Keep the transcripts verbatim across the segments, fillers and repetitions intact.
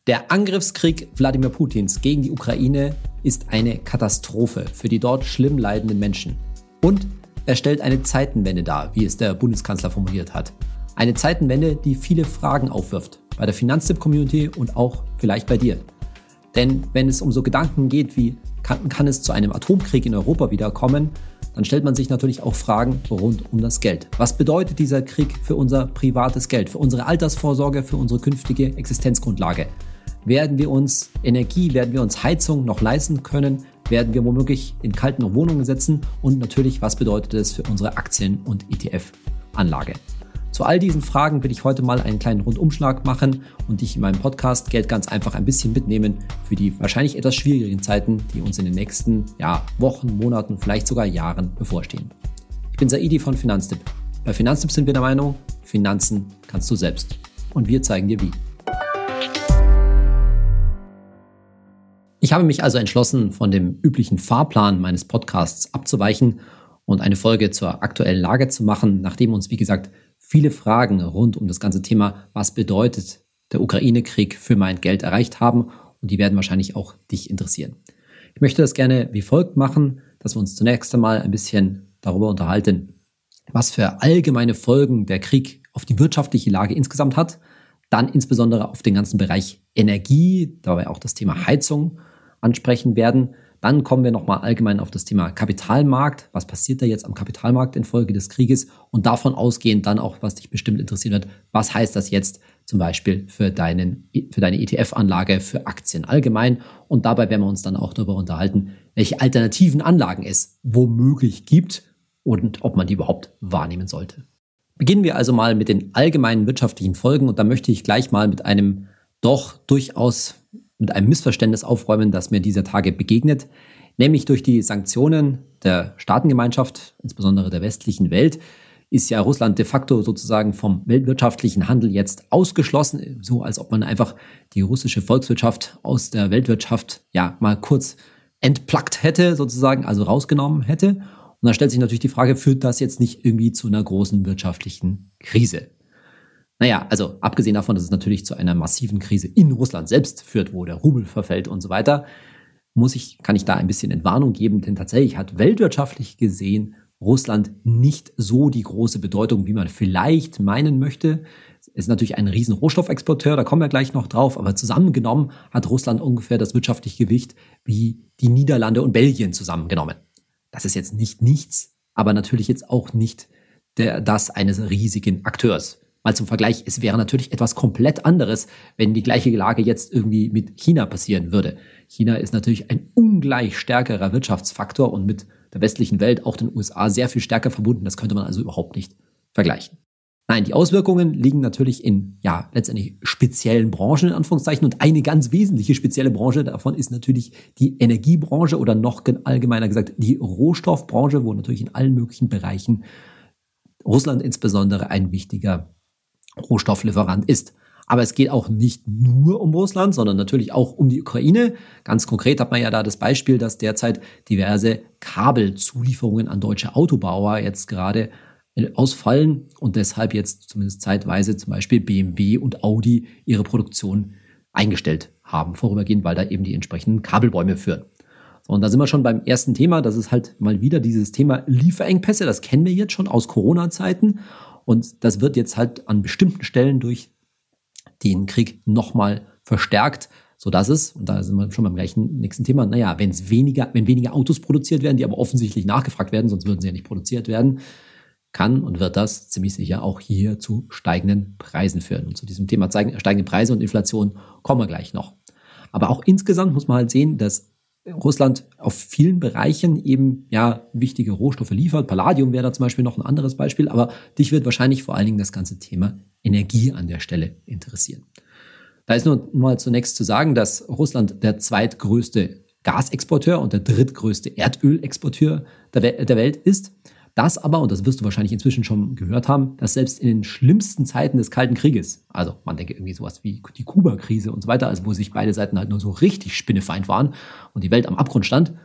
Der Angriffskrieg Wladimir Putins gegen die Ukraine ist eine Katastrophe für die dort schlimm leidenden Menschen. Und er stellt eine Zeitenwende dar, wie es der Bundeskanzler formuliert hat. Eine Zeitenwende, die viele Fragen aufwirft, bei der Finanztipp-Community und auch vielleicht bei dir. Denn wenn es um so Gedanken geht wie, kann, kann es zu einem Atomkrieg in Europa wieder kommen, dann stellt man sich natürlich auch Fragen rund um das Geld. Was bedeutet dieser Krieg für unser privates Geld, für unsere Altersvorsorge, für unsere künftige Existenzgrundlage? Werden wir uns Energie, werden wir uns Heizung noch leisten können? Werden wir womöglich in kalten Wohnungen sitzen? Und natürlich, was bedeutet es für unsere Aktien- und E T F-Anlage? Zu all diesen Fragen will ich heute mal einen kleinen Rundumschlag machen und dich in meinem Podcast Geld ganz einfach ein bisschen mitnehmen für die wahrscheinlich etwas schwierigen Zeiten, die uns in den nächsten ja, Wochen, Monaten, vielleicht sogar Jahren bevorstehen. Ich bin Saidi von Finanztipp. Bei Finanztipp sind wir der Meinung, Finanzen kannst du selbst. Und wir zeigen dir wie. Ich habe mich also entschlossen, von dem üblichen Fahrplan meines Podcasts abzuweichen und eine Folge zur aktuellen Lage zu machen, nachdem uns, wie gesagt, viele Fragen rund um das ganze Thema, was bedeutet der Ukraine-Krieg für mein Geld erreicht haben, und die werden wahrscheinlich auch dich interessieren. Ich möchte das gerne wie folgt machen, dass wir uns zunächst einmal ein bisschen darüber unterhalten, was für allgemeine Folgen der Krieg auf die wirtschaftliche Lage insgesamt hat, dann insbesondere auf den ganzen Bereich Energie, dabei auch das Thema Heizung ansprechen werden. Dann kommen wir nochmal allgemein auf das Thema Kapitalmarkt. Was passiert da jetzt am Kapitalmarkt infolge des Krieges? Und davon ausgehend dann auch, was dich bestimmt interessieren wird, was heißt das jetzt zum Beispiel für, deinen, für deine E T F-Anlage, für Aktien allgemein? Und dabei werden wir uns dann auch darüber unterhalten, welche alternativen Anlagen es womöglich gibt und ob man die überhaupt wahrnehmen sollte. Beginnen wir also mal mit den allgemeinen wirtschaftlichen Folgen, und da möchte ich gleich mal mit einem doch durchaus mit einem Missverständnis aufräumen, das mir dieser Tage begegnet, nämlich durch die Sanktionen der Staatengemeinschaft, insbesondere der westlichen Welt, ist ja Russland de facto sozusagen vom weltwirtschaftlichen Handel jetzt ausgeschlossen, so als ob man einfach die russische Volkswirtschaft aus der Weltwirtschaft ja mal kurz entplackt hätte, sozusagen, also rausgenommen hätte. Und da stellt sich natürlich die Frage, führt das jetzt nicht irgendwie zu einer großen wirtschaftlichen Krise? Naja, also abgesehen davon, dass es natürlich zu einer massiven Krise in Russland selbst führt, wo der Rubel verfällt und so weiter, muss ich, kann ich da ein bisschen Entwarnung geben, denn tatsächlich hat weltwirtschaftlich gesehen Russland nicht so die große Bedeutung, wie man vielleicht meinen möchte. Es ist natürlich ein riesen Rohstoffexporteur, da kommen wir gleich noch drauf, aber zusammengenommen hat Russland ungefähr das wirtschaftliche Gewicht wie die Niederlande und Belgien zusammengenommen. Das ist jetzt nicht nichts, aber natürlich jetzt auch nicht der, das eines riesigen Akteurs. Mal zum Vergleich, es wäre natürlich etwas komplett anderes, wenn die gleiche Lage jetzt irgendwie mit China passieren würde. China ist natürlich ein ungleich stärkerer Wirtschaftsfaktor und mit der westlichen Welt, auch den U S A, sehr viel stärker verbunden. Das könnte man also überhaupt nicht vergleichen. Nein, die Auswirkungen liegen natürlich in, ja, letztendlich speziellen Branchen, in Anführungszeichen. Und eine ganz wesentliche spezielle Branche davon ist natürlich die Energiebranche oder noch allgemeiner gesagt die Rohstoffbranche, wo natürlich in allen möglichen Bereichen Russland insbesondere ein wichtiger Rohstofflieferant ist. Aber es geht auch nicht nur um Russland, sondern natürlich auch um die Ukraine. Ganz konkret hat man ja da das Beispiel, dass derzeit diverse Kabelzulieferungen an deutsche Autobauer jetzt gerade ausfallen und deshalb jetzt zumindest zeitweise zum Beispiel B M W und Audi ihre Produktion eingestellt haben, vorübergehend, weil da eben die entsprechenden Kabelbäume führen. So, und da sind wir schon beim ersten Thema. Das ist halt mal wieder dieses Thema Lieferengpässe. Das kennen wir jetzt schon aus Corona-Zeiten. Und das wird jetzt halt an bestimmten Stellen durch den Krieg nochmal verstärkt, sodass es, und da sind wir schon beim gleichen nächsten Thema, naja, wenn es weniger, wenn weniger Autos produziert werden, die aber offensichtlich nachgefragt werden, sonst würden sie ja nicht produziert werden, kann und wird das ziemlich sicher auch hier zu steigenden Preisen führen. Und zu diesem Thema steigende Preise und Inflation kommen wir gleich noch. Aber auch insgesamt muss man halt sehen, dass Russland auf vielen Bereichen eben ja wichtige Rohstoffe liefert. Palladium wäre da zum Beispiel noch ein anderes Beispiel, aber dich wird wahrscheinlich vor allen Dingen das ganze Thema Energie an der Stelle interessieren. Da ist nur mal zunächst zu sagen, dass Russland der zweitgrößte Gasexporteur und der drittgrößte Erdölexporteur der, We- der Welt ist. Das aber, und das wirst du wahrscheinlich inzwischen schon gehört haben, dass selbst in den schlimmsten Zeiten des Kalten Krieges, also man denke irgendwie sowas wie die Kuba-Krise und so weiter, also wo sich beide Seiten halt nur so richtig spinnefeind waren und die Welt am Abgrund stand,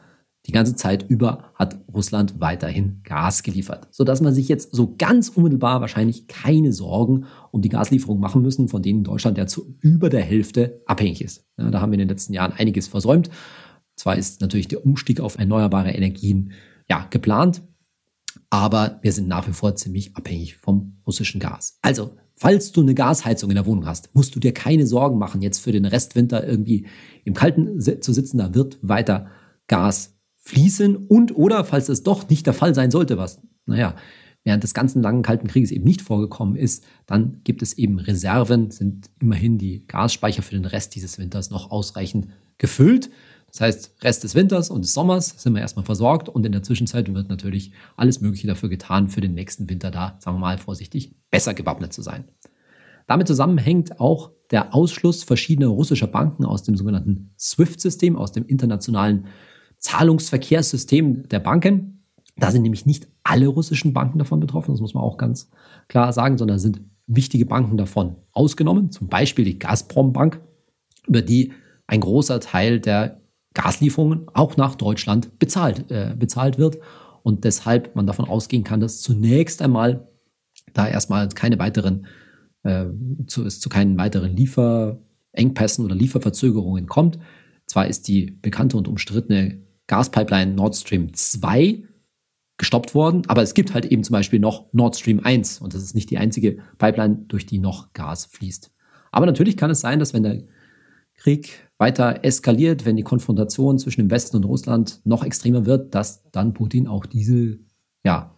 Die ganze Zeit über hat Russland weiterhin Gas geliefert, sodass man sich jetzt so ganz unmittelbar wahrscheinlich keine Sorgen um die Gaslieferung machen müssen, von denen Deutschland ja zu über der Hälfte abhängig ist. Ja, da haben wir in den letzten Jahren einiges versäumt. Zwar ist natürlich der Umstieg auf erneuerbare Energien ja, geplant, aber wir sind nach wie vor ziemlich abhängig vom russischen Gas. Also, falls du eine Gasheizung in der Wohnung hast, musst du dir keine Sorgen machen, jetzt für den Restwinter irgendwie im Kalten zu sitzen. Da wird weiter Gas fließen und oder, falls es doch nicht der Fall sein sollte, was, naja, während des ganzen langen Kalten Krieges eben nicht vorgekommen ist, dann gibt es eben Reserven, sind immerhin die Gasspeicher für den Rest dieses Winters noch ausreichend gefüllt. Das heißt, Rest des Winters und des Sommers sind wir erstmal versorgt und in der Zwischenzeit wird natürlich alles Mögliche dafür getan, für den nächsten Winter da, sagen wir mal vorsichtig, besser gewappnet zu sein. Damit zusammenhängt auch der Ausschluss verschiedener russischer Banken aus dem sogenannten SWIFT-System, aus dem internationalen Zahlungsverkehrssystem der Banken. Da sind nämlich nicht alle russischen Banken davon betroffen, das muss man auch ganz klar sagen, sondern sind wichtige Banken davon ausgenommen, zum Beispiel die Gazprom-Bank, über die ein großer Teil der Gaslieferungen auch nach Deutschland bezahlt, äh, bezahlt wird und deshalb man davon ausgehen kann, dass zunächst einmal da erstmal keine weiteren, äh, zu, es zu keinen weiteren Lieferengpässen oder Lieferverzögerungen kommt. Zwar ist die bekannte und umstrittene Gaspipeline Nord Stream zwei gestoppt worden, aber es gibt halt eben zum Beispiel noch Nord Stream eins und das ist nicht die einzige Pipeline, durch die noch Gas fließt. Aber natürlich kann es sein, dass wenn der Krieg weiter eskaliert, wenn die Konfrontation zwischen dem Westen und Russland noch extremer wird, dass dann Putin auch diese, ja,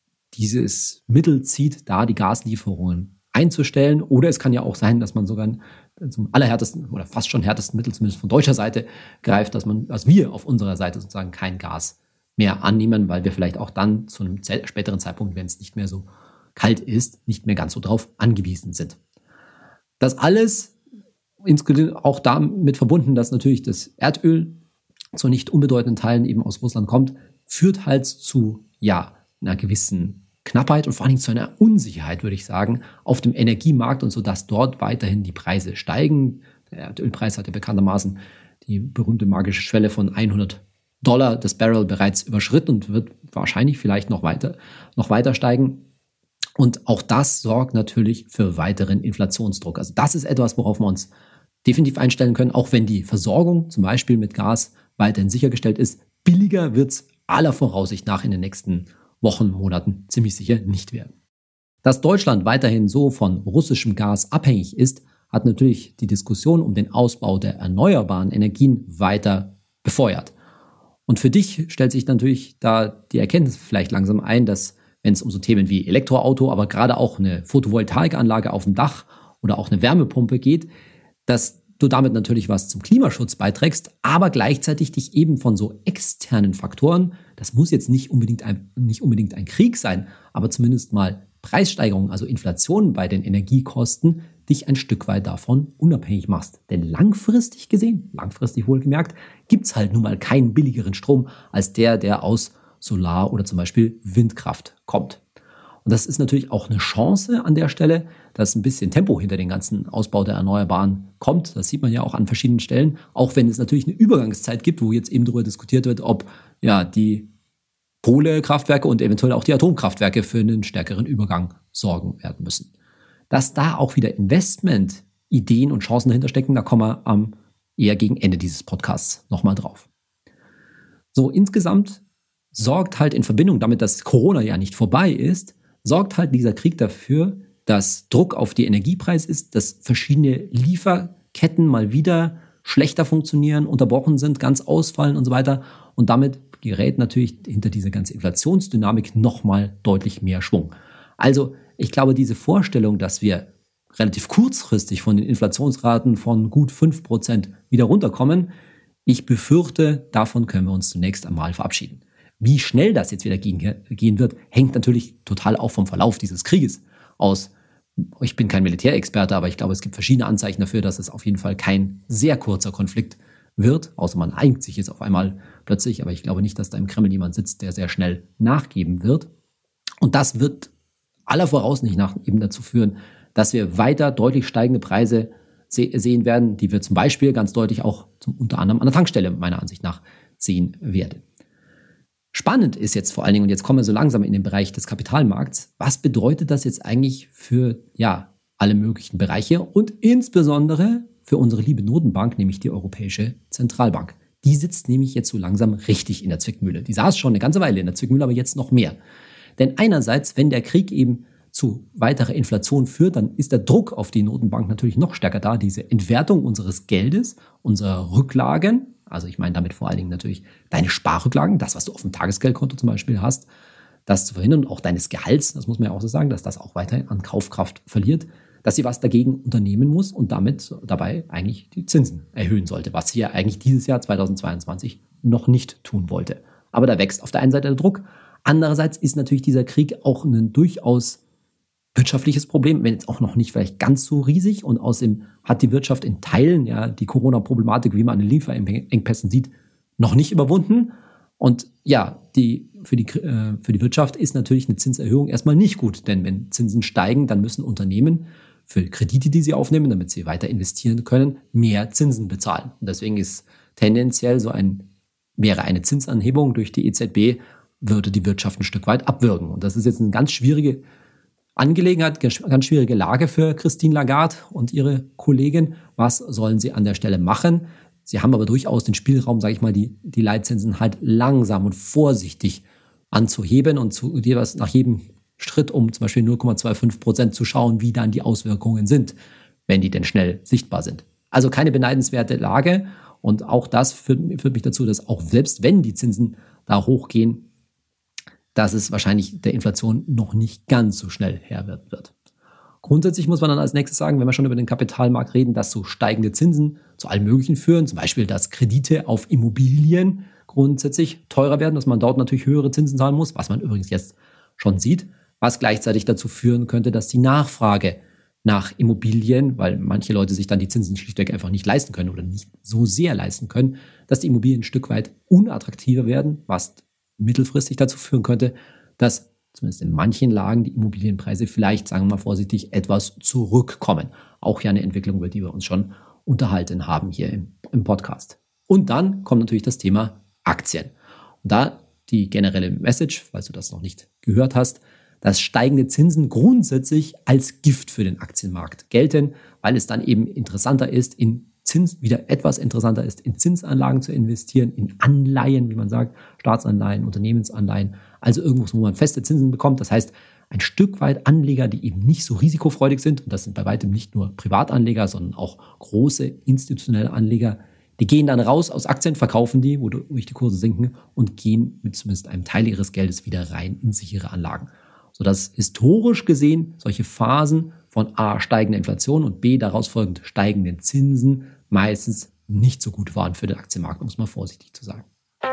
dieses Mittel zieht, da die Gaslieferungen einzustellen. Oder es kann ja auch sein, dass man sogar zum allerhärtesten oder fast schon härtesten Mittel, zumindest von deutscher Seite, greift, dass man, dass wir auf unserer Seite sozusagen kein Gas mehr annehmen, weil wir vielleicht auch dann zu einem späteren Zeitpunkt, wenn es nicht mehr so kalt ist, nicht mehr ganz so drauf angewiesen sind. Das alles auch damit verbunden, dass natürlich das Erdöl zu nicht unbedeutenden Teilen eben aus Russland kommt, führt halt zu, ja, einer gewissen Knappheit und vor allen Dingen zu einer Unsicherheit, würde ich sagen, auf dem Energiemarkt und so, dass dort weiterhin die Preise steigen. Der Erdölpreis hat ja bekanntermaßen die berühmte magische Schwelle von hundert Dollar das Barrel bereits überschritten und wird wahrscheinlich vielleicht noch weiter, noch weiter steigen. Und auch das sorgt natürlich für weiteren Inflationsdruck. Also das ist etwas, worauf wir uns definitiv einstellen können, auch wenn die Versorgung zum Beispiel mit Gas weiterhin sichergestellt ist. Billiger wird es aller Voraussicht nach in den nächsten Wochen, Monaten ziemlich sicher nicht werden. Dass Deutschland weiterhin so von russischem Gas abhängig ist, hat natürlich die Diskussion um den Ausbau der erneuerbaren Energien weiter befeuert. Und für dich stellt sich natürlich da die Erkenntnis vielleicht langsam ein, dass wenn es um so Themen wie Elektroauto, aber gerade auch eine Photovoltaikanlage auf dem Dach oder auch eine Wärmepumpe geht, dass du damit natürlich was zum Klimaschutz beiträgst, aber gleichzeitig dich eben von so externen Faktoren, das muss jetzt nicht unbedingt ein, nicht unbedingt ein Krieg sein, aber zumindest mal Preissteigerungen, also Inflation bei den Energiekosten, dich ein Stück weit davon unabhängig machst. Denn langfristig gesehen, langfristig wohlgemerkt, gibt es halt nun mal keinen billigeren Strom als der, der aus Solar- oder zum Beispiel Windkraft kommt. Und das ist natürlich auch eine Chance an der Stelle, dass ein bisschen Tempo hinter den ganzen Ausbau der Erneuerbaren kommt. Das sieht man ja auch an verschiedenen Stellen, auch wenn es natürlich eine Übergangszeit gibt, wo jetzt eben darüber diskutiert wird, ob ja die Kohlekraftwerke und eventuell auch die Atomkraftwerke für einen stärkeren Übergang sorgen werden müssen. Dass da auch wieder Investmentideen und Chancen dahinter stecken, da kommen wir am eher gegen Ende dieses Podcasts nochmal drauf. So, insgesamt sorgt halt in Verbindung damit, dass Corona ja nicht vorbei ist, sorgt halt dieser Krieg dafür, dass Druck auf die Energiepreise ist, dass verschiedene Lieferketten mal wieder schlechter funktionieren, unterbrochen sind, ganz ausfallen und so weiter. Und damit gerät natürlich hinter diese ganze Inflationsdynamik nochmal deutlich mehr Schwung. Also ich glaube, diese Vorstellung, dass wir relativ kurzfristig von den Inflationsraten von gut fünf Prozent wieder runterkommen, ich befürchte, davon können wir uns zunächst einmal verabschieden. Wie schnell das jetzt wieder gehen wird, hängt natürlich total auch vom Verlauf dieses Krieges aus. Ich bin kein Militärexperte, aber ich glaube, es gibt verschiedene Anzeichen dafür, dass es auf jeden Fall kein sehr kurzer Konflikt wird, außer man einigt sich jetzt auf einmal plötzlich. Aber ich glaube nicht, dass da im Kreml jemand sitzt, der sehr schnell nachgeben wird. Und das wird aller Voraussicht nach eben dazu führen, dass wir weiter deutlich steigende Preise se- sehen werden, die wir zum Beispiel ganz deutlich auch zum, unter anderem an der Tankstelle meiner Ansicht nach sehen werden. Spannend ist jetzt vor allen Dingen, und jetzt kommen wir so langsam in den Bereich des Kapitalmarkts, was bedeutet das jetzt eigentlich für ja, alle möglichen Bereiche und insbesondere für unsere liebe Notenbank, nämlich die Europäische Zentralbank. Die sitzt nämlich jetzt so langsam richtig in der Zwickmühle. Die saß schon eine ganze Weile in der Zwickmühle, aber jetzt noch mehr. Denn einerseits, wenn der Krieg eben zu weiterer Inflation führt, dann ist der Druck auf die Notenbank natürlich noch stärker da, diese Entwertung unseres Geldes, unserer Rücklagen, also ich meine damit vor allen Dingen natürlich deine Sparrücklagen, das, was du auf dem Tagesgeldkonto zum Beispiel hast, das zu verhindern, und auch deines Gehalts, das muss man ja auch so sagen, dass das auch weiterhin an Kaufkraft verliert, dass sie was dagegen unternehmen muss und damit dabei eigentlich die Zinsen erhöhen sollte, was sie ja eigentlich dieses Jahr zweitausendzweiundzwanzig noch nicht tun wollte. Aber da wächst auf der einen Seite der Druck. Andererseits ist natürlich dieser Krieg auch ein durchaus wirtschaftliches Problem, wenn jetzt auch noch nicht vielleicht ganz so riesig, und außerdem hat die Wirtschaft in Teilen ja die Corona-Problematik, wie man an den Lieferengpässen sieht, noch nicht überwunden. Und ja, die, für, die, äh, für die Wirtschaft ist natürlich eine Zinserhöhung erstmal nicht gut, denn wenn Zinsen steigen, dann müssen Unternehmen für Kredite, die sie aufnehmen, damit sie weiter investieren können, mehr Zinsen bezahlen. Und deswegen ist tendenziell so ein, wäre eine Zinsanhebung durch die E Z B, würde die Wirtschaft ein Stück weit abwürgen. Und das ist jetzt eine ganz schwierige Angelegenheit, ganz schwierige Lage für Christine Lagarde und ihre Kollegin. Was sollen sie an der Stelle machen? Sie haben aber durchaus den Spielraum, sage ich mal, die, die Leitzinsen halt langsam und vorsichtig anzuheben und zu jeweils nach jedem Schritt um zum Beispiel null Komma fünfundzwanzig Prozent zu schauen, wie dann die Auswirkungen sind, wenn die denn schnell sichtbar sind. Also keine beneidenswerte Lage, und auch das führt, führt mich dazu, dass auch selbst wenn die Zinsen da hochgehen, dass es wahrscheinlich der Inflation noch nicht ganz so schnell Herr wird. Grundsätzlich muss man dann als nächstes sagen, wenn wir schon über den Kapitalmarkt reden, dass so steigende Zinsen zu allem Möglichen führen. Zum Beispiel, dass Kredite auf Immobilien grundsätzlich teurer werden, dass man dort natürlich höhere Zinsen zahlen muss, was man übrigens jetzt schon sieht, was gleichzeitig dazu führen könnte, dass die Nachfrage nach Immobilien, weil manche Leute sich dann die Zinsen schlichtweg einfach nicht leisten können oder nicht so sehr leisten können, dass die Immobilien ein Stück weit unattraktiver werden, was mittelfristig dazu führen könnte, dass zumindest in manchen Lagen die Immobilienpreise vielleicht, sagen wir mal vorsichtig, etwas zurückkommen. Auch ja eine Entwicklung, über die wir uns schon unterhalten haben hier im, im Podcast. Und dann kommt natürlich das Thema Aktien. Und da die generelle Message, falls du das noch nicht gehört hast, dass steigende Zinsen grundsätzlich als Gift für den Aktienmarkt gelten, weil es dann eben interessanter ist, in Zins, wieder etwas interessanter ist, in Zinsanlagen zu investieren, in Anleihen, wie man sagt, Staatsanleihen, Unternehmensanleihen, also irgendwo, wo man feste Zinsen bekommt. Das heißt, ein Stück weit Anleger, die eben nicht so risikofreudig sind, und das sind bei weitem nicht nur Privatanleger, sondern auch große institutionelle Anleger, die gehen dann raus aus Aktien, verkaufen die, wodurch die Kurse sinken, und gehen mit zumindest einem Teil ihres Geldes wieder rein in sichere Anlagen. Sodass historisch gesehen solche Phasen von A, steigender Inflation und B, daraus folgend steigenden Zinsen meistens nicht so gut waren für den Aktienmarkt, um es mal vorsichtig zu sagen.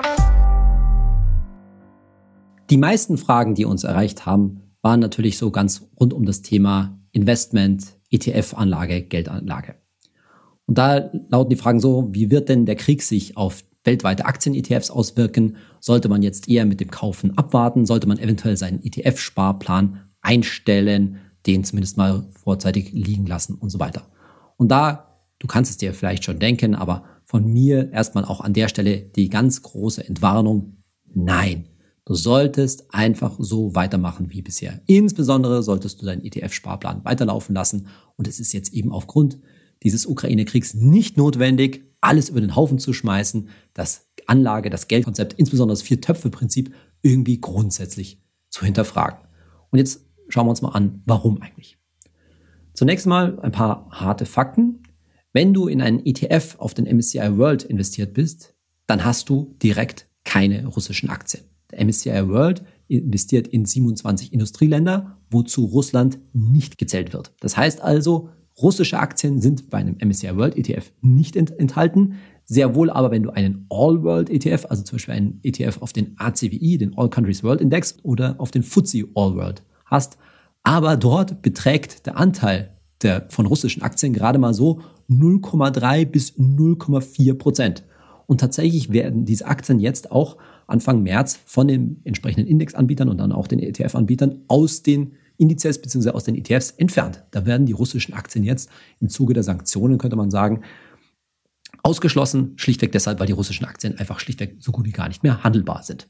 Die meisten Fragen, die uns erreicht haben, waren natürlich so ganz rund um das Thema Investment, E T F-Anlage, Geldanlage. Und da lauten die Fragen so: Wie wird denn der Krieg sich auf weltweite Aktien-E T Fs auswirken? Sollte man jetzt eher mit dem Kaufen abwarten? Sollte man eventuell seinen E T F-Sparplan einstellen, den zumindest mal vorzeitig liegen lassen und so weiter? Und da, du kannst es dir vielleicht schon denken, aber von mir erstmal auch an der Stelle die ganz große Entwarnung: Nein, du solltest einfach so weitermachen wie bisher. Insbesondere solltest du deinen E T F-Sparplan weiterlaufen lassen, und es ist jetzt eben aufgrund dieses Ukraine-Kriegs nicht notwendig, alles über den Haufen zu schmeißen, das Anlage, das Geldkonzept, insbesondere das Vier-Töpfe-Prinzip irgendwie grundsätzlich zu hinterfragen. Und jetzt schauen wir uns mal an, warum eigentlich. Zunächst mal ein paar harte Fakten. Wenn du in einen E T F auf den M S C I World investiert bist, dann hast du direkt keine russischen Aktien. Der M S C I World investiert in siebenundzwanzig Industrieländer, wozu Russland nicht gezählt wird. Das heißt also, russische Aktien sind bei einem M S C I World E T F nicht ent- enthalten. Sehr wohl aber, wenn du einen All-World E T F, also zum Beispiel einen E T F auf den A C W I, den All Countries World Index, oder auf den F T S E All-World hast. Aber dort beträgt der Anteil der, von russischen Aktien gerade mal so null Komma drei bis null Komma vier Prozent. Und tatsächlich werden diese Aktien jetzt auch Anfang März von den entsprechenden Indexanbietern und dann auch den E T F-Anbietern aus den Indizes bzw. aus den E T Fs entfernt. Da werden die russischen Aktien jetzt im Zuge der Sanktionen, könnte man sagen, ausgeschlossen, schlichtweg deshalb, weil die russischen Aktien einfach schlichtweg so gut wie gar nicht mehr handelbar sind.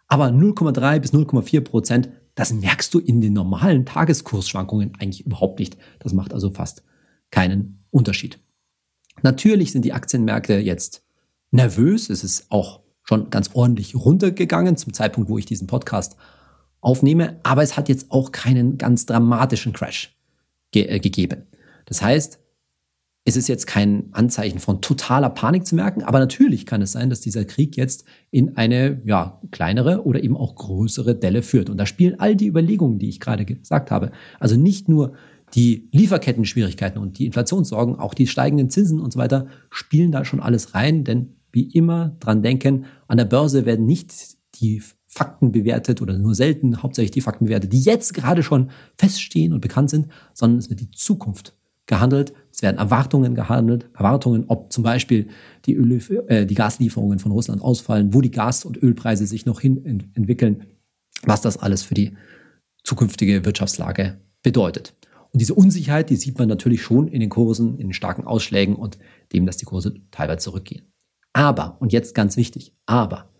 Aber null Komma drei bis null Komma vier Prozent, das merkst du in den normalen Tageskursschwankungen eigentlich überhaupt nicht. Das macht also fast keinen Unterschied. Natürlich sind die Aktienmärkte jetzt nervös. Es ist auch schon ganz ordentlich runtergegangen zum Zeitpunkt, wo ich diesen Podcast aufnehme. Aber es hat jetzt auch keinen ganz dramatischen Crash ge- äh, gegeben. Das heißt, es ist jetzt kein Anzeichen von totaler Panik zu merken. Aber natürlich kann es sein, dass dieser Krieg jetzt in eine ja, kleinere oder eben auch größere Delle führt. Und da spielen all die Überlegungen, die ich gerade gesagt habe. Also nicht nur die Lieferketten-Schwierigkeiten und die Inflationssorgen, auch die steigenden Zinsen und so weiter, spielen da schon alles rein. Denn wie immer dran denken, an der Börse werden nicht die Fakten bewertet oder nur selten hauptsächlich die Fakten bewertet, die jetzt gerade schon feststehen und bekannt sind, sondern es wird die Zukunft gehandelt. Es werden Erwartungen gehandelt, Erwartungen, ob zum Beispiel die, Öl, äh, die Gaslieferungen von Russland ausfallen, wo die Gas- und Ölpreise sich noch hin ent- entwickeln, was das alles für die zukünftige Wirtschaftslage bedeutet. Und diese Unsicherheit, die sieht man natürlich schon in den Kursen, in den starken Ausschlägen und dem, dass die Kurse teilweise zurückgehen. Aber, und jetzt ganz wichtig, aber,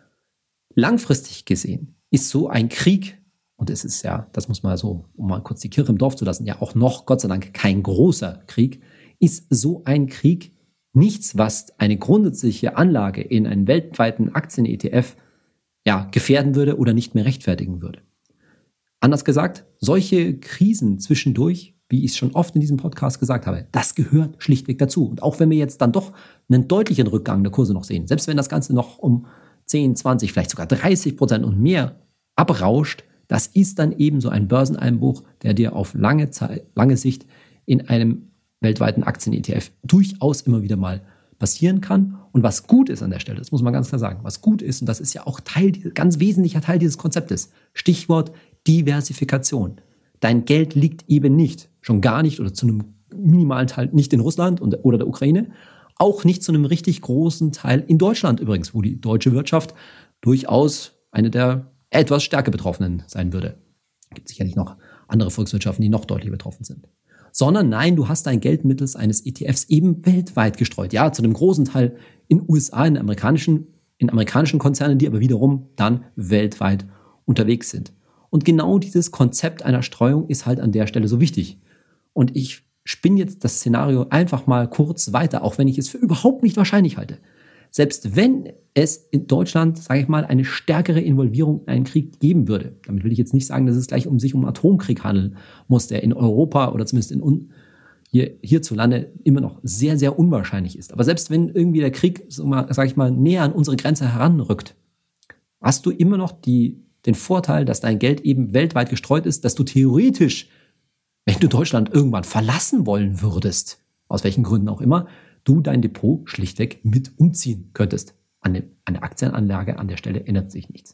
langfristig gesehen ist so ein Krieg, und es ist ja, das muss man so, um mal kurz die Kirche im Dorf zu lassen, ja auch noch, Gott sei Dank, kein großer Krieg, ist so ein Krieg nichts, was eine grundsätzliche Anlage in einen weltweiten Aktien-E T F ja, gefährden würde oder nicht mehr rechtfertigen würde. Anders gesagt, solche Krisen zwischendurch, wie ich es schon oft in diesem Podcast gesagt habe, das gehört schlichtweg dazu. Und auch wenn wir jetzt dann doch einen deutlichen Rückgang der Kurse noch sehen, selbst wenn das Ganze noch um zehn, zwanzig, vielleicht sogar dreißig Prozent und mehr abrauscht, das ist dann eben so ein Börseneinbruch, der dir auf lange Zeit, lange Sicht in einem weltweiten Aktien-E T F durchaus immer wieder mal passieren kann. Und was gut ist an der Stelle, das muss man ganz klar sagen, was gut ist, und das ist ja auch Teil, ganz wesentlicher Teil dieses Konzeptes, Stichwort Diversifikation. Dein Geld liegt eben nicht, schon gar nicht oder zu einem minimalen Teil nicht in Russland und, oder der Ukraine, auch nicht zu einem richtig großen Teil in Deutschland übrigens, wo die deutsche Wirtschaft durchaus eine der etwas stärker Betroffenen sein würde. Es gibt sicherlich noch andere Volkswirtschaften, die noch deutlich betroffen sind. Sondern nein, du hast dein Geld mittels eines E T Fs eben weltweit gestreut. Ja, zu einem großen Teil in U S A, in amerikanischen, in amerikanischen Konzernen, die aber wiederum dann weltweit unterwegs sind. Und genau dieses Konzept einer Streuung ist halt an der Stelle so wichtig. Und ich spinne jetzt das Szenario einfach mal kurz weiter, auch wenn ich es für überhaupt nicht wahrscheinlich halte. Selbst wenn es in Deutschland, sage ich mal, eine stärkere Involvierung in einen Krieg geben würde, damit will ich jetzt nicht sagen, dass es gleich um sich um Atomkrieg handeln muss, der in Europa oder zumindest in hier, hierzulande immer noch sehr, sehr unwahrscheinlich ist. Aber selbst wenn irgendwie der Krieg, sage ich mal, näher an unsere Grenze heranrückt, hast du immer noch die den Vorteil, dass dein Geld eben weltweit gestreut ist, dass du theoretisch, wenn du Deutschland irgendwann verlassen wollen würdest, aus welchen Gründen auch immer, du dein Depot schlichtweg mit umziehen könntest. An der, an der Aktienanlage an der Stelle ändert sich nichts.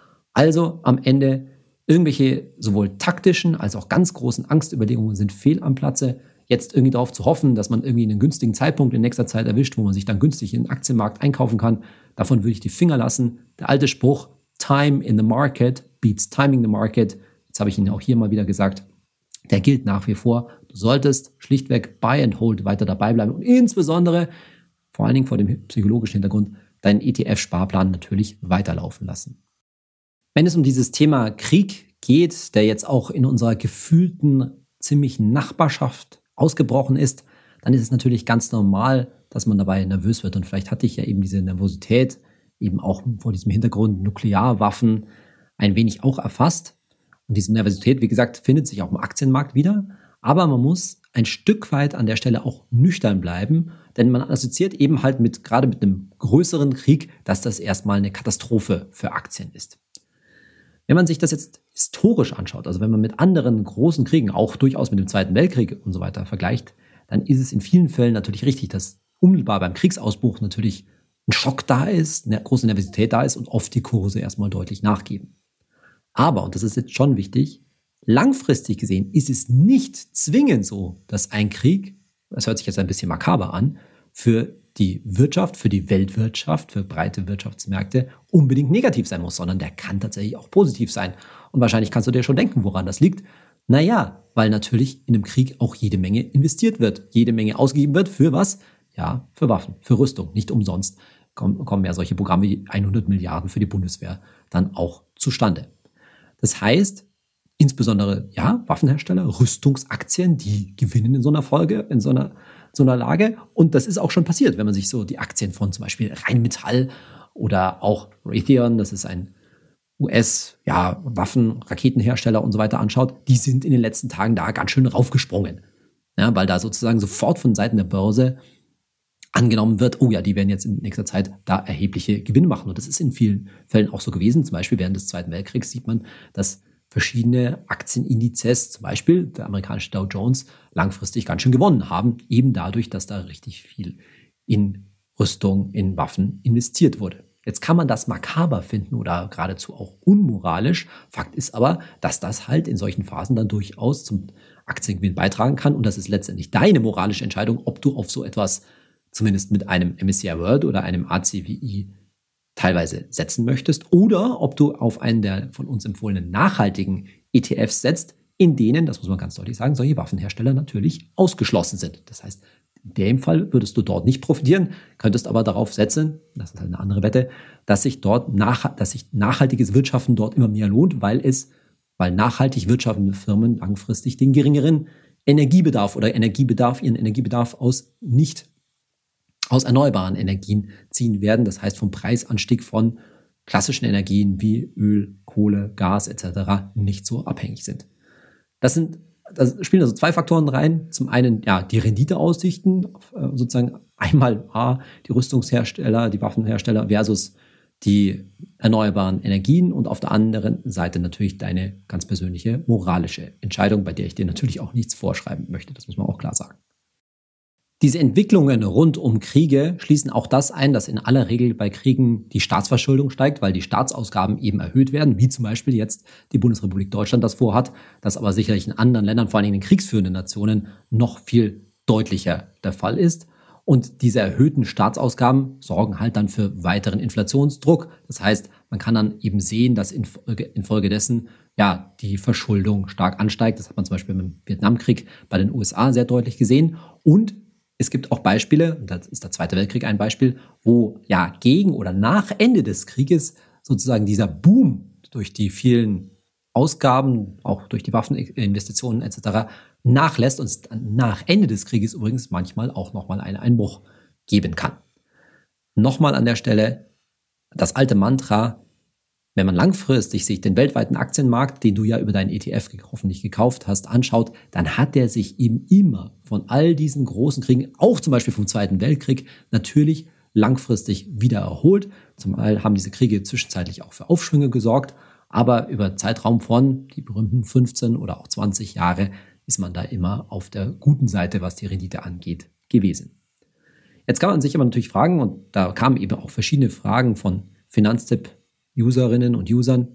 Also am Ende irgendwelche sowohl taktischen als auch ganz großen Angstüberlegungen sind fehl am Platze. Jetzt irgendwie darauf zu hoffen, dass man irgendwie einen günstigen Zeitpunkt in nächster Zeit erwischt, wo man sich dann günstig in den Aktienmarkt einkaufen kann, davon würde ich die Finger lassen. Der alte Spruch, Time in the market beats timing the market. Jetzt habe ich Ihnen auch hier mal wieder gesagt, der gilt nach wie vor. Du solltest schlichtweg buy and hold weiter dabei bleiben und insbesondere, vor allen Dingen vor dem psychologischen Hintergrund, deinen E T F-Sparplan natürlich weiterlaufen lassen. Wenn es um dieses Thema Krieg geht, der jetzt auch in unserer gefühlten ziemlichen Nachbarschaft ausgebrochen ist, dann ist es natürlich ganz normal, dass man dabei nervös wird. Und vielleicht hatte ich ja eben diese Nervosität eben auch vor diesem Hintergrund Nuklearwaffen ein wenig auch erfasst. Und diese Nervosität, wie gesagt, findet sich auch im Aktienmarkt wieder. Aber man muss ein Stück weit an der Stelle auch nüchtern bleiben, denn man assoziiert eben halt mit, gerade mit einem größeren Krieg, dass das erstmal eine Katastrophe für Aktien ist. Wenn man sich das jetzt historisch anschaut, also wenn man mit anderen großen Kriegen, auch durchaus mit dem Zweiten Weltkrieg und so weiter vergleicht, dann ist es in vielen Fällen natürlich richtig, dass unmittelbar beim Kriegsausbruch natürlich ein Schock da ist, eine große Nervosität da ist und oft die Kurse erstmal deutlich nachgeben. Aber, und das ist jetzt schon wichtig, langfristig gesehen ist es nicht zwingend so, dass ein Krieg, das hört sich jetzt ein bisschen makaber an, für die Wirtschaft, für die Weltwirtschaft, für breite Wirtschaftsmärkte unbedingt negativ sein muss, sondern der kann tatsächlich auch positiv sein. Und wahrscheinlich kannst du dir schon denken, woran das liegt. Naja, weil natürlich in einem Krieg auch jede Menge investiert wird, jede Menge ausgegeben wird für was? Ja, für Waffen, für Rüstung. Nicht umsonst kommen, kommen ja solche Programme wie hundert Milliarden für die Bundeswehr dann auch zustande. Das heißt, insbesondere, ja, Waffenhersteller, Rüstungsaktien, die gewinnen in so einer Folge, in so einer, so einer Lage. Und das ist auch schon passiert, wenn man sich so die Aktien von zum Beispiel Rheinmetall oder auch Raytheon, das ist ein U S, ja, Waffen, Raketenhersteller und so weiter anschaut, die sind in den letzten Tagen da ganz schön raufgesprungen. Ja, weil da sozusagen sofort von Seiten der Börse angenommen wird, oh ja, die werden jetzt in nächster Zeit da erhebliche Gewinne machen. Und das ist in vielen Fällen auch so gewesen. Zum Beispiel während des Zweiten Weltkriegs sieht man, dass verschiedene Aktienindizes, zum Beispiel der amerikanische Dow Jones, langfristig ganz schön gewonnen haben, eben dadurch, dass da richtig viel in Rüstung, in Waffen investiert wurde. Jetzt kann man das makaber finden oder geradezu auch unmoralisch. Fakt ist aber, dass das halt in solchen Phasen dann durchaus zum Aktiengewinn beitragen kann. Und das ist letztendlich deine moralische Entscheidung, ob du auf so etwas zumindest mit einem M S C I World oder einem A C W I teilweise setzen möchtest oder ob du auf einen der von uns empfohlenen nachhaltigen E T Fs setzt, in denen, das muss man ganz deutlich sagen, solche Waffenhersteller natürlich ausgeschlossen sind. Das heißt, in dem Fall würdest du dort nicht profitieren, könntest aber darauf setzen, das ist halt eine andere Wette, dass sich dort nach, dass sich nachhaltiges Wirtschaften dort immer mehr lohnt, weil es, weil nachhaltig wirtschaftende Firmen langfristig den geringeren Energiebedarf oder Energiebedarf, ihren Energiebedarf aus nicht aus erneuerbaren Energien ziehen werden. Das heißt, vom Preisanstieg von klassischen Energien wie Öl, Kohle, Gas et cetera nicht so abhängig sind. Das sind, das spielen also zwei Faktoren rein. Zum einen, ja, die Renditeaussichten, sozusagen einmal A, die Rüstungshersteller, die Waffenhersteller versus die erneuerbaren Energien und auf der anderen Seite natürlich deine ganz persönliche moralische Entscheidung, bei der ich dir natürlich auch nichts vorschreiben möchte. Das muss man auch klar sagen. Diese Entwicklungen rund um Kriege schließen auch das ein, dass in aller Regel bei Kriegen die Staatsverschuldung steigt, weil die Staatsausgaben eben erhöht werden, wie zum Beispiel jetzt die Bundesrepublik Deutschland das vorhat, das aber sicherlich in anderen Ländern, vor allem in den kriegsführenden Nationen, noch viel deutlicher der Fall ist. Und diese erhöhten Staatsausgaben sorgen halt dann für weiteren Inflationsdruck. Das heißt, man kann dann eben sehen, dass infolgedessen ja die Verschuldung stark ansteigt. Das hat man zum Beispiel im Vietnamkrieg bei den U S A sehr deutlich gesehen. Und es gibt auch Beispiele, und das ist der Zweite Weltkrieg ein Beispiel, wo ja gegen oder nach Ende des Krieges sozusagen dieser Boom durch die vielen Ausgaben, auch durch die Waffeninvestitionen et cetera nachlässt und es nach Ende des Krieges übrigens manchmal auch nochmal einen Einbruch geben kann. Nochmal an der Stelle das alte Mantra: Wenn man langfristig sich den weltweiten Aktienmarkt, den du ja über deinen E T F hoffentlich gekauft hast, anschaut, dann hat der sich eben immer von all diesen großen Kriegen, auch zum Beispiel vom Zweiten Weltkrieg, natürlich langfristig wieder erholt. Zumal haben diese Kriege zwischenzeitlich auch für Aufschwünge gesorgt, aber über Zeitraum von die berühmten fünfzehn oder auch zwanzig Jahre ist man da immer auf der guten Seite, was die Rendite angeht, gewesen. Jetzt kann man sich aber natürlich fragen, und da kamen eben auch verschiedene Fragen von Finanztipp Userinnen und Usern,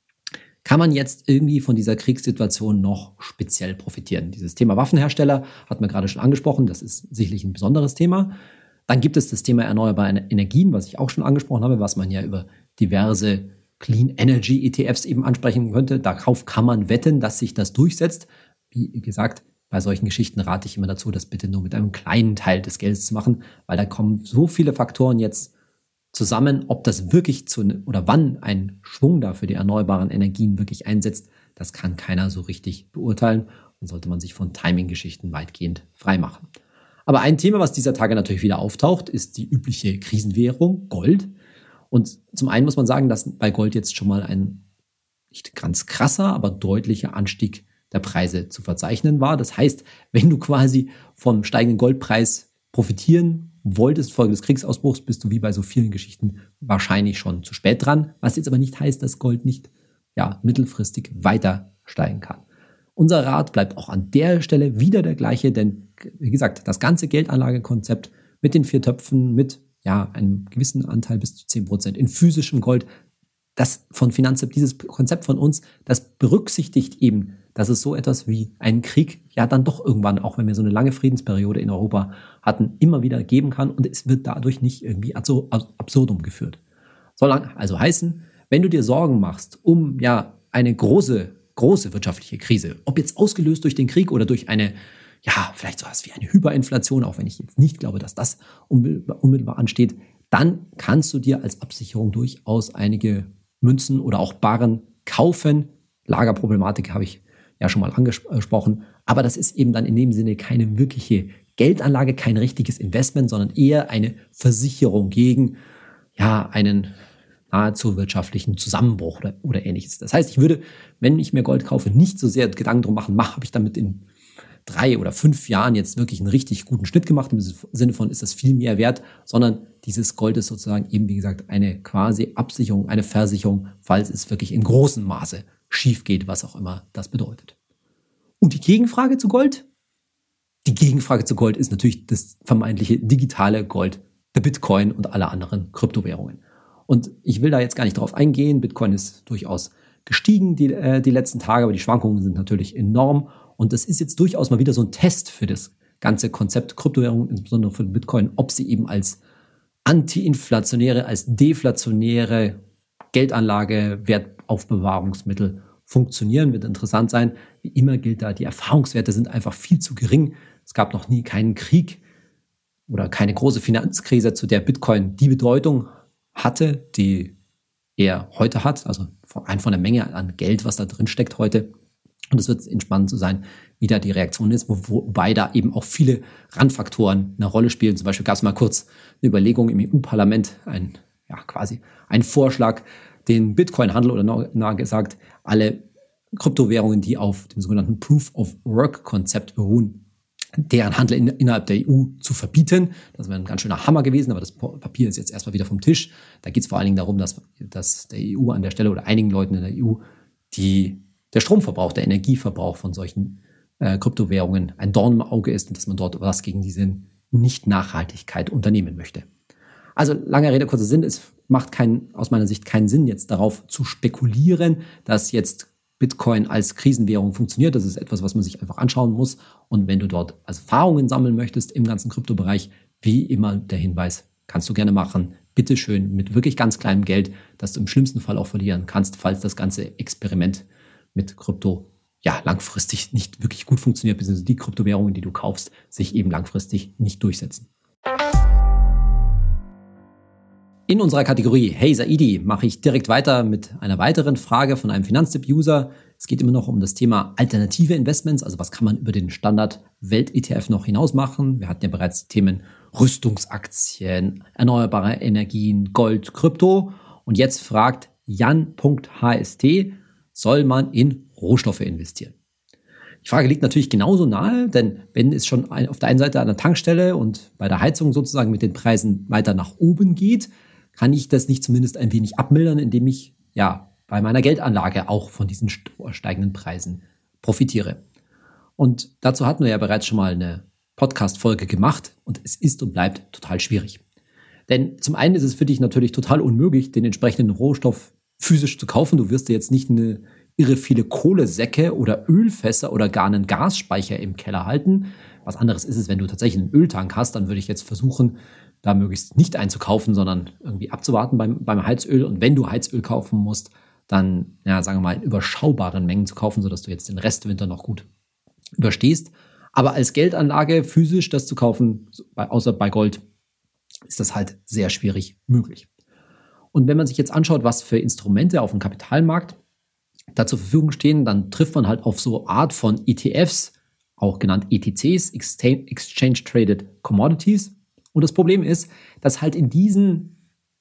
kann man jetzt irgendwie von dieser Kriegssituation noch speziell profitieren? Dieses Thema Waffenhersteller hat man gerade schon angesprochen, das ist sicherlich ein besonderes Thema. Dann gibt es das Thema erneuerbare Energien, was ich auch schon angesprochen habe, was man ja über diverse Clean Energy E T Fs eben ansprechen könnte. Darauf kann man wetten, dass sich das durchsetzt. Wie gesagt, bei solchen Geschichten rate ich immer dazu, das bitte nur mit einem kleinen Teil des Geldes zu machen, weil da kommen so viele Faktoren jetzt zusammen, ob das wirklich zu oder wann ein Schwung da für die erneuerbaren Energien wirklich einsetzt, das kann keiner so richtig beurteilen und sollte man sich von Timing-Geschichten weitgehend freimachen. Aber ein Thema, was dieser Tage natürlich wieder auftaucht, ist die übliche Krisenwährung Gold. Und zum einen muss man sagen, dass bei Gold jetzt schon mal ein nicht ganz krasser, aber deutlicher Anstieg der Preise zu verzeichnen war. Das heißt, wenn du quasi vom steigenden Goldpreis profitieren wolltest, Folge des Kriegsausbruchs, bist du wie bei so vielen Geschichten wahrscheinlich schon zu spät dran, was jetzt aber nicht heißt, dass Gold nicht ja, mittelfristig weiter steigen kann. Unser Rat bleibt auch an der Stelle wieder der gleiche, denn wie gesagt, das ganze Geldanlagekonzept mit den vier Töpfen, mit ja, einem gewissen Anteil bis zu zehn Prozent in physischem Gold, das von Finanztipp, dieses Konzept von uns, das berücksichtigt eben, dass es so etwas wie einen Krieg ja dann doch irgendwann, auch wenn wir so eine lange Friedensperiode in Europa hatten, immer wieder geben kann und es wird dadurch nicht irgendwie absurdum geführt. Soll also heißen, wenn du dir Sorgen machst um ja eine große, große wirtschaftliche Krise, ob jetzt ausgelöst durch den Krieg oder durch eine, ja, vielleicht sowas wie eine Hyperinflation, auch wenn ich jetzt nicht glaube, dass das unmittelbar ansteht, dann kannst du dir als Absicherung durchaus einige Münzen oder auch Barren kaufen. Lagerproblematik habe ich ja schon mal angesprochen, aber das ist eben dann in dem Sinne keine wirkliche Geldanlage, kein richtiges Investment, sondern eher eine Versicherung gegen ja einen nahezu wirtschaftlichen Zusammenbruch oder, oder ähnliches. Das heißt, ich würde, wenn ich mir Gold kaufe, nicht so sehr Gedanken drum machen, mach, habe ich damit in drei oder fünf Jahren jetzt wirklich einen richtig guten Schnitt gemacht, im Sinne von, ist das viel mehr wert, sondern dieses Gold ist sozusagen eben, wie gesagt, eine quasi Absicherung, eine Versicherung, falls es wirklich in großem Maße schief geht, was auch immer das bedeutet. Und die Gegenfrage zu Gold? Die Gegenfrage zu Gold ist natürlich das vermeintliche digitale Gold, der Bitcoin und alle anderen Kryptowährungen. Und ich will da jetzt gar nicht drauf eingehen. Bitcoin ist durchaus gestiegen die, äh, die letzten Tage, aber die Schwankungen sind natürlich enorm. Und das ist jetzt durchaus mal wieder so ein Test für das ganze Konzept Kryptowährung, insbesondere für Bitcoin, ob sie eben als antiinflationäre, als deflationäre Geldanlage, Wertaufbewahrungsmittel funktionieren, wird interessant sein. Wie immer gilt da, die Erfahrungswerte sind einfach viel zu gering. Es gab noch nie keinen Krieg oder keine große Finanzkrise, zu der Bitcoin die Bedeutung hatte, die er heute hat. Also ein von der Menge an Geld, was da drin steckt heute. Und es wird spannend zu sein, wie da die Reaktion ist, wo, wobei da eben auch viele Randfaktoren eine Rolle spielen. Zum Beispiel gab es mal kurz eine Überlegung im E U-Parlament, ein, ja, quasi ein Vorschlag, den Bitcoin-Handel oder nahe gesagt alle Kryptowährungen, die auf dem sogenannten Proof-of-Work-Konzept beruhen, deren Handel in, innerhalb der E U zu verbieten. Das wäre ein ganz schöner Hammer gewesen, aber das Papier ist jetzt erstmal wieder vom Tisch. Da geht es vor allen Dingen darum, dass, dass der E U an der Stelle oder einigen Leuten in der E U die der Stromverbrauch, der Energieverbrauch von solchen äh, Kryptowährungen ein Dorn im Auge ist und dass man dort was gegen diese Nicht-Nachhaltigkeit unternehmen möchte. Also lange Rede, kurzer Sinn, es macht keinen, aus meiner Sicht keinen Sinn, jetzt darauf zu spekulieren, dass jetzt Bitcoin als Krisenwährung funktioniert. Das ist etwas, was man sich einfach anschauen muss. Und wenn du dort Erfahrungen sammeln möchtest im ganzen Kryptobereich, wie immer der Hinweis, kannst du gerne machen. Bitte schön mit wirklich ganz kleinem Geld, das du im schlimmsten Fall auch verlieren kannst, falls das ganze Experiment mit Krypto ja langfristig nicht wirklich gut funktioniert, beziehungsweise die Kryptowährungen, die du kaufst, sich eben langfristig nicht durchsetzen. In unserer Kategorie Hey Saidi mache ich direkt weiter mit einer weiteren Frage von einem Finanztipp-User. Es geht immer noch um das Thema alternative Investments, also was kann man über den Standard-Welt-E T F noch hinaus machen. Wir hatten ja bereits Themen Rüstungsaktien, erneuerbare Energien, Gold, Krypto. Und jetzt fragt Jan.hst, soll man in Rohstoffe investieren? Die Frage liegt natürlich genauso nahe, denn wenn es schon auf der einen Seite an der Tankstelle und bei der Heizung sozusagen mit den Preisen weiter nach oben geht, kann ich das nicht zumindest ein wenig abmildern, indem ich ja bei meiner Geldanlage auch von diesen steigenden Preisen profitiere. Und dazu hatten wir ja bereits schon mal eine Podcast-Folge gemacht und es ist und bleibt total schwierig. Denn zum einen ist es für dich natürlich total unmöglich, den entsprechenden Rohstoff physisch zu kaufen. Du wirst dir jetzt nicht eine irre viele Kohlesäcke oder Ölfässer oder gar einen Gasspeicher im Keller halten. Was anderes ist es, wenn du tatsächlich einen Öltank hast, dann würde ich jetzt versuchen, da möglichst nicht einzukaufen, sondern irgendwie abzuwarten beim, beim Heizöl. Und wenn du Heizöl kaufen musst, dann, ja, sagen wir mal, in überschaubaren Mengen zu kaufen, sodass du jetzt den Restwinter noch gut überstehst. Aber als Geldanlage physisch das zu kaufen, außer bei Gold, ist das halt sehr schwierig möglich. Und wenn man sich jetzt anschaut, was für Instrumente auf dem Kapitalmarkt da zur Verfügung stehen, dann trifft man halt auf so Art von E T Fs, auch genannt E T Cs, Exchange Traded Commodities. Und das Problem ist, dass halt in diesen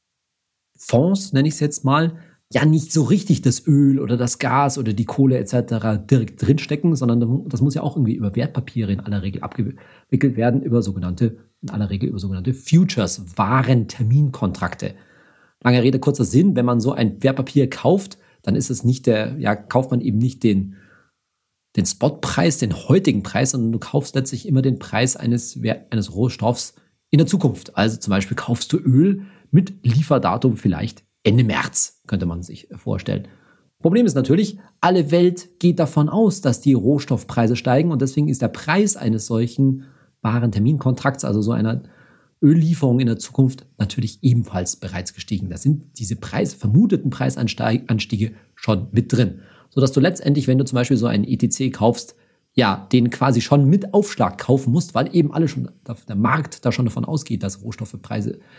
Fonds, nenne ich es jetzt mal, ja nicht so richtig das Öl oder das Gas oder die Kohle et cetera direkt drinstecken, sondern das muss ja auch irgendwie über Wertpapiere in aller Regel abgewickelt werden, über sogenannte, in aller Regel über sogenannte Futures, Warenterminkontrakte. Lange Rede, kurzer Sinn, wenn man so ein Wertpapier kauft, dann ist es nicht der, ja, kauft man eben nicht den, den Spotpreis, den heutigen Preis, sondern du kaufst letztlich immer den Preis eines, eines Rohstoffs in der Zukunft. Also zum Beispiel kaufst du Öl mit Lieferdatum vielleicht Ende März, könnte man sich vorstellen. Problem ist natürlich, alle Welt geht davon aus, dass die Rohstoffpreise steigen und deswegen ist der Preis eines solchen Warenterminkontrakts, also so einer Öllieferung in der Zukunft, natürlich ebenfalls bereits gestiegen. Da sind diese Preis, vermuteten Preisanstiege schon mit drin. Sodass du letztendlich, wenn du zum Beispiel so einen E T C kaufst, ja, den quasi schon mit Aufschlag kaufen musst, weil eben alle schon, der Markt da schon davon ausgeht, dass Rohstoffpreise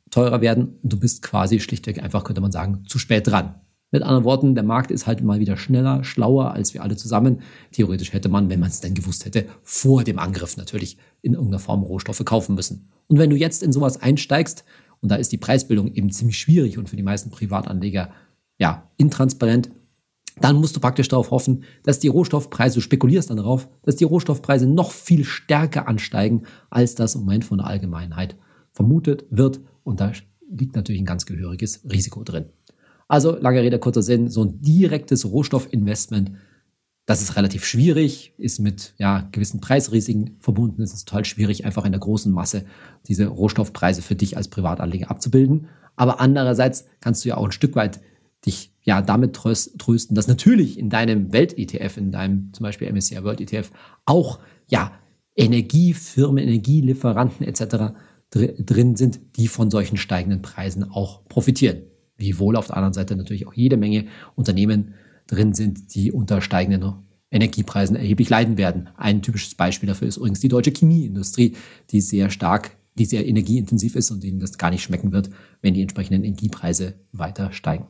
teurer werden. Du bist quasi schlichtweg einfach, könnte man sagen, zu spät dran. Mit anderen Worten, der Markt ist halt mal wieder schneller, schlauer als wir alle zusammen. Theoretisch hätte man, wenn man es denn gewusst hätte, vor dem Angriff natürlich in irgendeiner Form Rohstoffe kaufen müssen. Und wenn du jetzt in sowas einsteigst, und da ist die Preisbildung eben ziemlich schwierig und für die meisten Privatanleger ja intransparent, dann musst du praktisch darauf hoffen, dass die Rohstoffpreise, du spekulierst dann darauf, dass die Rohstoffpreise noch viel stärker ansteigen, als das im Moment von der Allgemeinheit vermutet wird. Und da liegt natürlich ein ganz gehöriges Risiko drin. Also, lange Rede, kurzer Sinn, so ein direktes Rohstoffinvestment, das ist relativ schwierig, ist mit ja, gewissen Preisrisiken verbunden. Es ist total schwierig, einfach in der großen Masse diese Rohstoffpreise für dich als Privatanleger abzubilden. Aber andererseits kannst du ja auch ein Stück weit dich ja damit trösten, dass natürlich in deinem Welt-E T F, in deinem zum Beispiel M S C I World E T F, auch ja Energiefirmen, Energielieferanten et cetera dr- drin sind, die von solchen steigenden Preisen auch profitieren. Wiewohl auf der anderen Seite natürlich auch jede Menge Unternehmen drin sind, die unter steigenden Energiepreisen erheblich leiden werden. Ein typisches Beispiel dafür ist übrigens die deutsche Chemieindustrie, die sehr stark, die sehr energieintensiv ist und denen das gar nicht schmecken wird, wenn die entsprechenden Energiepreise weiter steigen.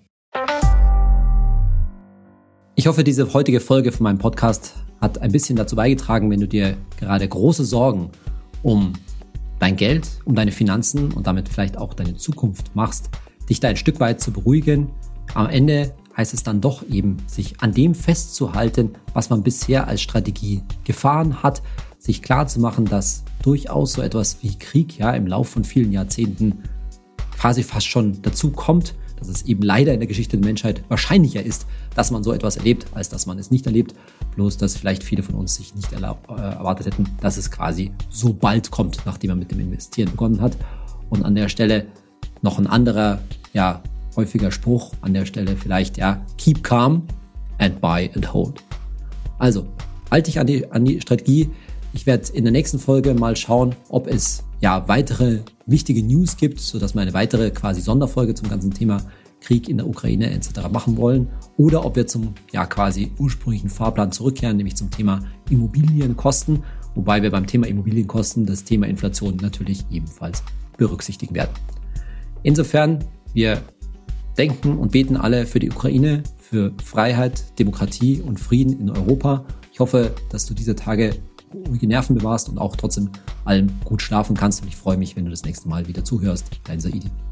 Ich hoffe, diese heutige Folge von meinem Podcast hat ein bisschen dazu beigetragen, wenn du dir gerade große Sorgen um dein Geld, um deine Finanzen und damit vielleicht auch deine Zukunft machst, dich da ein Stück weit zu beruhigen. Am Ende heißt es dann doch eben, sich an dem festzuhalten, was man bisher als Strategie gefahren hat, sich klar zu machen, dass durchaus so etwas wie Krieg ja im Laufe von vielen Jahrzehnten quasi fast schon dazu kommt, dass es eben leider in der Geschichte der Menschheit wahrscheinlicher ist, dass man so etwas erlebt, als dass man es nicht erlebt. Bloß, dass vielleicht viele von uns sich nicht erlaub, äh, erwartet hätten, dass es quasi so bald kommt, nachdem man mit dem Investieren begonnen hat. Und an der Stelle noch ein anderer, ja, häufiger Spruch an der Stelle vielleicht, ja, keep calm and buy and hold. Also, halte dich an die, an die Strategie. Ich werde in der nächsten Folge mal schauen, ob es ja weitere wichtige News gibt, sodass wir eine weitere quasi Sonderfolge zum ganzen Thema Krieg in der Ukraine et cetera machen wollen oder ob wir zum ja quasi ursprünglichen Fahrplan zurückkehren, nämlich zum Thema Immobilienkosten, wobei wir beim Thema Immobilienkosten das Thema Inflation natürlich ebenfalls berücksichtigen werden. Insofern, wir denken und beten alle für die Ukraine, für Freiheit, Demokratie und Frieden in Europa. Ich hoffe, dass du diese Tage ruhige Nerven bewahrst und auch trotzdem allem gut schlafen kannst. Und ich freue mich, wenn du das nächste Mal wieder zuhörst. Dein Saidi.